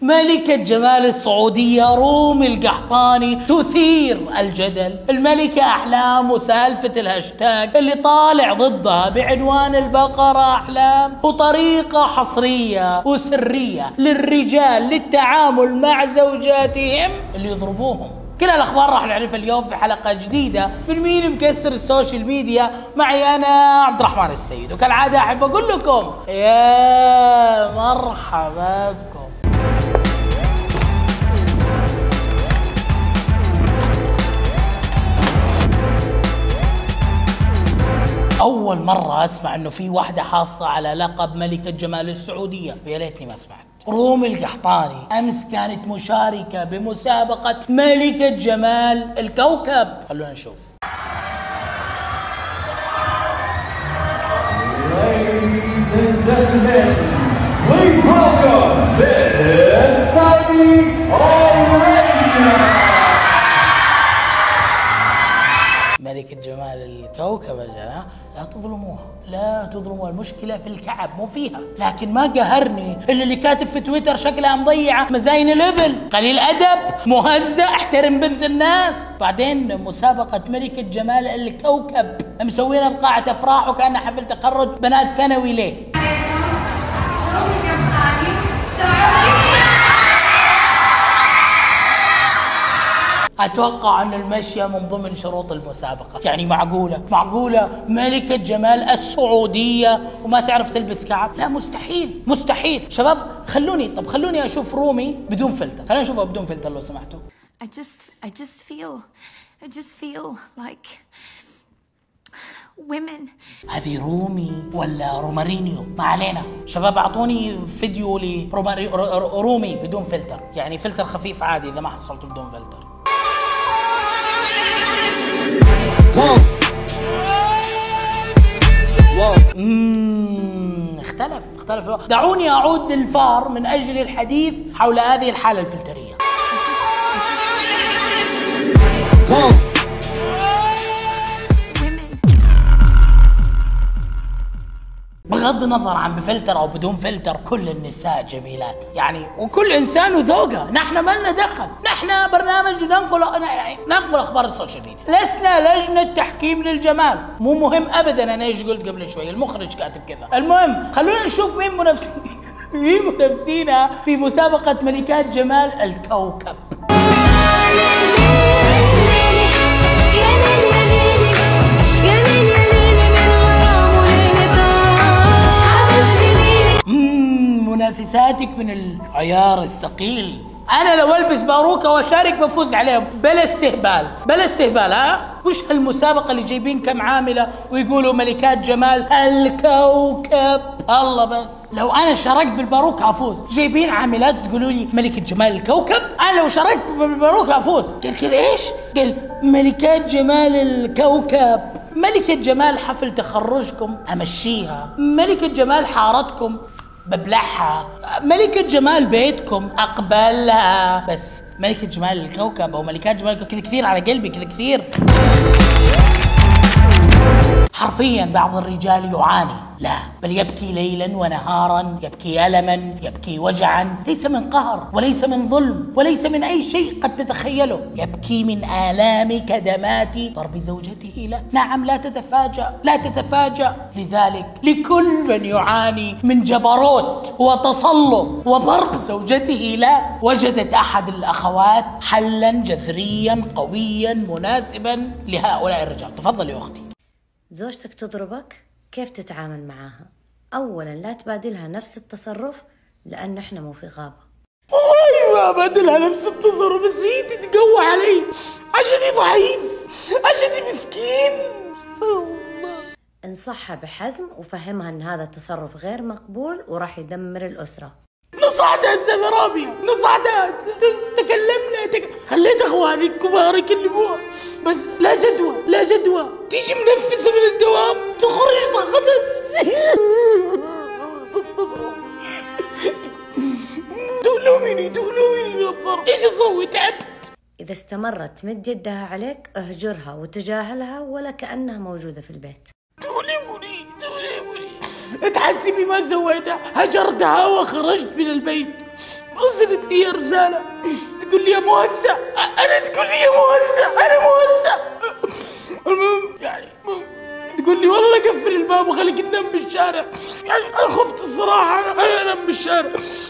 ملكة جمال السعودية رومي القحطاني تثير الجدل. الملكة أحلام وسالفة الهاشتاج اللي طالع ضدها بعنوان البقرة أحلام وطريقة حصرية وسرية للرجال للتعامل مع زوجاتهم اللي يضربوهم. كل الأخبار راح نعرفها اليوم في حلقة جديدة من مين مكسر السوشيال ميديا. معي أنا عبد الرحمن السيد، وكالعادة أحب أقول لكم يا مرحبا بكم. أول مرة أسمع إنه في واحدة حاصلة على لقب ملكة جمال السعودية، ويا ليتني ما سمعت. رومي القحطاني أمس كانت مشاركة بمسابقة ملكة جمال الكوكب. خلونا نشوف. Ladies and gentlemen, please welcome Miss Saudi Arabia. ملكة جمال الكوكب أجل، لا تظلموها، لا تظلموها. المشكلة في الكعب مو فيها. لكن ما قهرني اللي كاتب في تويتر شكلها مضيعة مزاين الإبل، قليل أدب، مهزأ، احترم بنت الناس. بعدين مسابقة ملكة جمال الكوكب مسوينها بقاعة أفراح وكأنها حفل تخرج بنات ثانوي. ليه؟ أتوقع أن المشية من ضمن شروط المسابقة. يعني معقولة ملكة جمال السعودية وما تعرف تلبس كعب؟ لا، مستحيل مستحيل. شباب خلوني أشوف رومي بدون فلتر. خلينا نشوفها بدون فلتر لو سمحتوا. I just feel like women. هذه رومي ولا رومارينيو؟ ما علينا. شباب أعطوني فيديو لرومي بدون فلتر، يعني فلتر خفيف عادي إذا ما حصلته بدون فلتر. اختلف. دعوني أعود للفار من أجل الحديث حول هذه الحالة الفلترية. بغض النظر عن بفلتر أو بدون فلتر، كل النساء جميلات، يعني وكل إنسان وذوقه. نحن ما لنا دخل، نحن برنامج ننقل أخبار السوشيال ميديا، لسنا لجنة تحكيم للجمال. مو مهم أبدا. أنا إيش قلت قبل شوي؟ المخرج كاتب كذا. المهم خلونا نشوف مين منافسينا في مسابقة ملكات جمال الكوكب. منافساتك من العيار الثقيل. أنا لو ألبس باروكة وأشارك بفوز عليهم. بلا استهبال. ها وش هالمسابقة اللي جايبين كم عاملة ويقولوا ملكات جمال الكوكب؟ الله، بس لو أنا شاركت بالباروكة أفوز. جايبين عاملات تقولوا لي ملكة جمال الكوكب. أنا لو شاركت بالباروكة أفوز. قال إيش؟ قال ملكات جمال الكوكب. ملكة جمال حفل تخرجكم أمشيها، ملكة جمال حارتكم ببلعها، ملكة جمال بيتكم أقبلها، بس ملكة جمال الكوكب أو ملكات جمال الكوكب كذا كثير على قلبي، كذا كثير. حرفيا بعض الرجال يعاني، لا بل يبكي ليلا ونهارا، يبكي ألما، يبكي وجعا، ليس من قهر وليس من ظلم وليس من أي شيء قد تتخيله. يبكي من آلام كدمات ضرب زوجته له. نعم، لا تتفاجأ. لذلك لكل من يعاني من جبروت وتسلط وضرب زوجته له، وجدت أحد الأخوات حلا جذريا قويا مناسبا لهؤلاء الرجال. تفضل يا أختي. زوجتك تضربك، كيف تتعامل معاها؟ أولا لا تبادلها نفس التصرف، لأن إحنا مو في غابة. أيوة، بادلها نفس التصرف، بس هي تتقوى علي عشان ضعيف، عشان مسكين. انصحها بحزم وفهمها أن هذا التصرف غير مقبول وراح يدمر الأسرة. نصحتها أستاذ رابية، نصحتها، تكلمنا، خليت أخواني الكبار يكلموها، بس لا جدوى. تيجي منفسة من الدوام تخرج طاقتها. تؤلمني نظر. ايش اسوي؟ تعبت. إذا استمرت تمد يدها عليك اهجرها وتجاهلها ولا كأنها موجودة في البيت. تؤلمني. تحسبي ما سويتها؟ هجرتها وخرجت من البيت. رسلت لي رسالة تقول لي يا موزع، تقول لي يا موزع أنا موزع. المهم يعني تقول لي والله قفل الباب وخليك تنام بالشارع. يعني أنا خفت الصراحة أنا أنام بالشارع.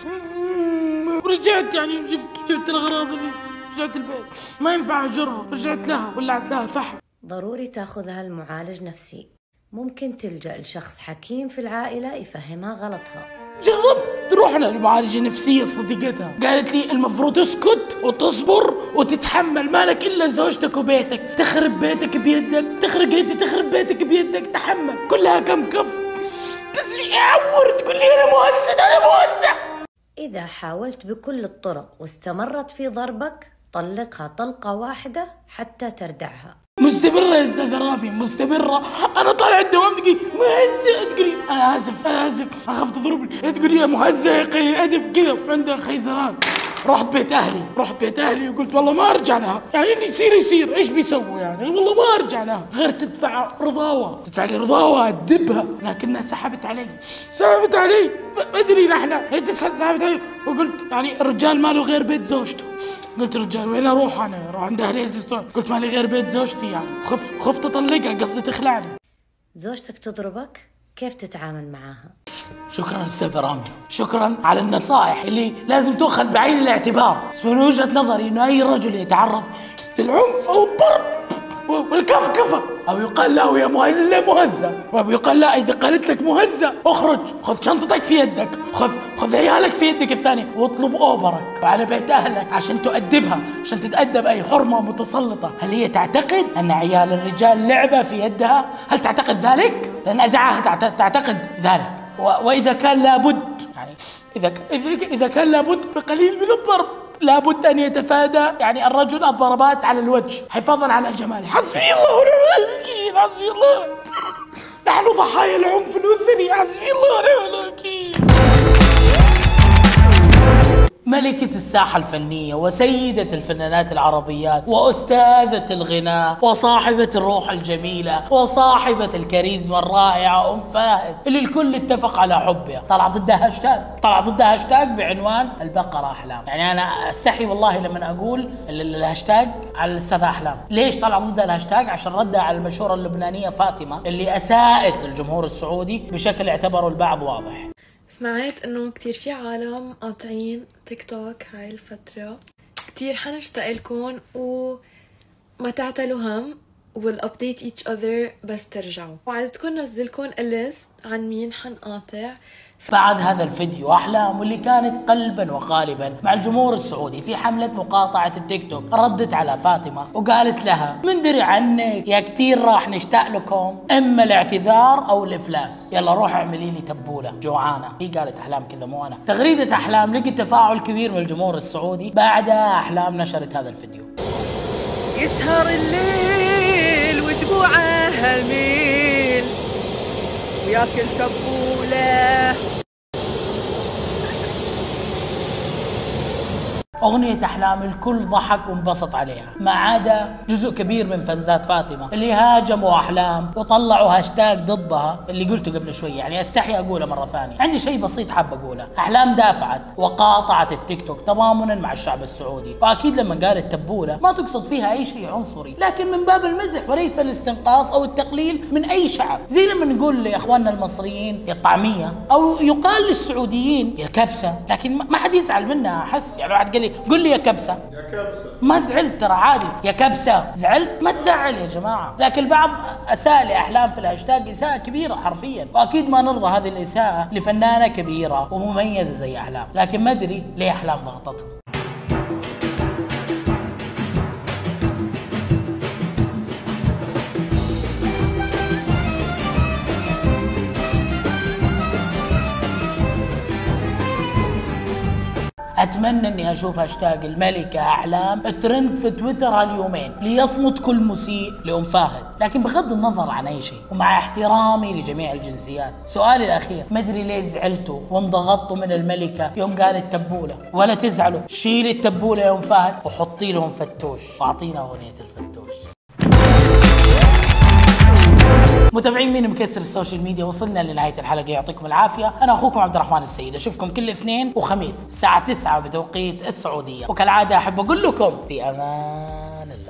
رجعت يعني جبت الأغراض اللي رجعت البيت ما ينفع أجرها، رجعت لها ولعت لها فحم. ضروري تاخذها المعالج نفسي، ممكن تلجأ لشخص حكيم في العائلة يفهمها غلطها. جربت، رحنا لمعالجة نفسية صديقتها قالت لي المفروض تسكت وتصبر وتتحمل، مالك إلا زوجتك وبيتك، تخرب بيتك بيدك، تخرب بيتك بيدك، تحمل كلها كم كف. بس يعور تقول لي أنا موزع. إذا حاولت بكل الطرق واستمرت في ضربك طلقها طلقة واحدة حتى تردعها. مستمرة يا أستاذ رامي، مستمرة. أنا طالع الدوام تقولي مهزة، تقولي أنا آسف أخاف تضربني، تقولي يا مهزة يا قليل الأدب كذا عندها خيزران. رحت بيت أهلي وقلت والله ما أرجع لها، يعني اللي يصير إيش بيسووا يعني، والله ما أرجع لها غير تدفع لي رضاوة أدبها، لكنها سحبت علي ما أدري لحنا هي سحبت علي. وقلت يعني الرجال ما له غير بيت زوجته. قلت رجال وين أروح عند أهلي الجستون، قلت مالي غير بيت زوجتي، يعني خفت أطلقها، قصدي تخلعني. زوجتك تضربك كيف تتعامل معاها؟ شكرا أستاذ رامي، شكرا على النصائح اللي لازم تؤخذ بعين الاعتبار. بس من وجهة نظري إنه أي رجل يتعرض للعنف أو الضرب والكفكفة أو يقال له يا مهزة، أو يقال لا إذا قالت لك مهزة اخرج، خذ شنطتك في يدك، خذ عيالك في يدك الثانية واطلب أوبرك وعلى بيت أهلك عشان تؤدبها، عشان تتأدب أي حرمة متسلطة. هل هي تعتقد أن عيال الرجال لعبة في يدها؟ هل تعتقد ذلك؟ لأن أدعاها تعتقد ذلك. وإذا كان لابد يعني إذا كان لابد بقليل من الضرب، لابد أن يتفادى يعني الرجل الضربات على الوجه حفاظا على جماله. حسبي الله ونعم الوكيل، حسبي الله. نحن ضحايا العنف الأسري، حسبي الله ونعم الوكيل. ملكة الساحة الفنية وسيدة الفنانات العربيات وأستاذة الغناء وصاحبة الروح الجميلة وصاحبة الكاريزما الرائعة أم فهد اللي الكل اتفق على حبها، طلع ضدها هاشتاج بعنوان البقرة أحلام. يعني أنا أستحي والله لما أقول الهاشتاج على الأستاذة أحلام. ليش طلع ضدها الهاشتاج؟ عشان ردها على المشهورة اللبنانية فاطمة اللي أساءت للجمهور السعودي بشكل اعتبره البعض واضح. سمعت انه كتير في عالم قاطعين تيك توك هاي الفترة، كتير حنشتاق لكم وما تعتلوا هم والابديت each other بس ترجعوا، وعدتكم نزلكم الليست عن مين حنقاطع. بعد هذا الفيديو أحلام واللي كانت قلبا وقالبا مع الجمهور السعودي في حملة مقاطعة التيك توك ردت على فاطمة وقالت لها من دري عنك يا كتير راح نشتاق لكم، إما الاعتذار أو الإفلاس، يلا روح اعملي لي تبولة جوعانة. هي قالت أحلام كذا مو أنا. تغريدة أحلام لقت تفاعل كبير من الجمهور السعودي، بعدها أحلام نشرت هذا الفيديو. يسهر الليل ودموعه الميل وياكل تبولة. أغنية أحلام الكل ضحك وانبسط عليها ما عدا جزء كبير من فانزات فاطمة اللي هاجموا أحلام وطلعوا هاشتاج ضدها اللي قلته قبل شوي، يعني أستحي أقوله مرة ثانية. عندي شيء بسيط حاب أقوله. أحلام دافعت وقاطعت التيك توك تضامنا مع الشعب السعودي، وأكيد لما قالت تبولة ما تقصد فيها أي شيء عنصري، لكن من باب المزح وليس الاستنقاص أو التقليل من أي شعب. زي لما نقول لإخواننا المصريين يا الطعمية، أو يقال للسعوديين يا الكبسة، لكن ما حد يزعل منها. أحس يعني واحد قال لي قل لي يا كبسة ما زعلت، ترى عادي يا كبسة. زعلت ما تزعل يا جماعة. لكن البعض أساء لأحلام في الهاشتاج إساءة كبيرة حرفيا، وأكيد ما نرضى هذه الإساءة لفنانة كبيرة ومميزة زي أحلام، لكن ما أدري ليه أحلام ضغطتهم. أتمنى أني أشوف هاشتاج الملكة أحلام ترند في تويتر هاليومين ليصمت كل مسيء لأم فهد، لكن بغض النظر عن أي شيء ومع احترامي لجميع الجنسيات، سؤالي الأخير، ما أدري ليه زعلتوا وانضغطتوا من الملكة يوم قالت تبولة؟ ولا تزعلوا، شيلي التبولة يا أم فهد وحطي لهم فتوش وأعطينا أغنية الفتوش. متابعين مين مكسر السوشيال ميديا، وصلنا لنهاية الحلقة، يعطيكم العافية. أنا أخوكم عبد الرحمن السيد، أشوفكم كل اثنين وخميس الساعة 9 بتوقيت السعودية، وكالعادة أحب أقول لكم بأمان الله.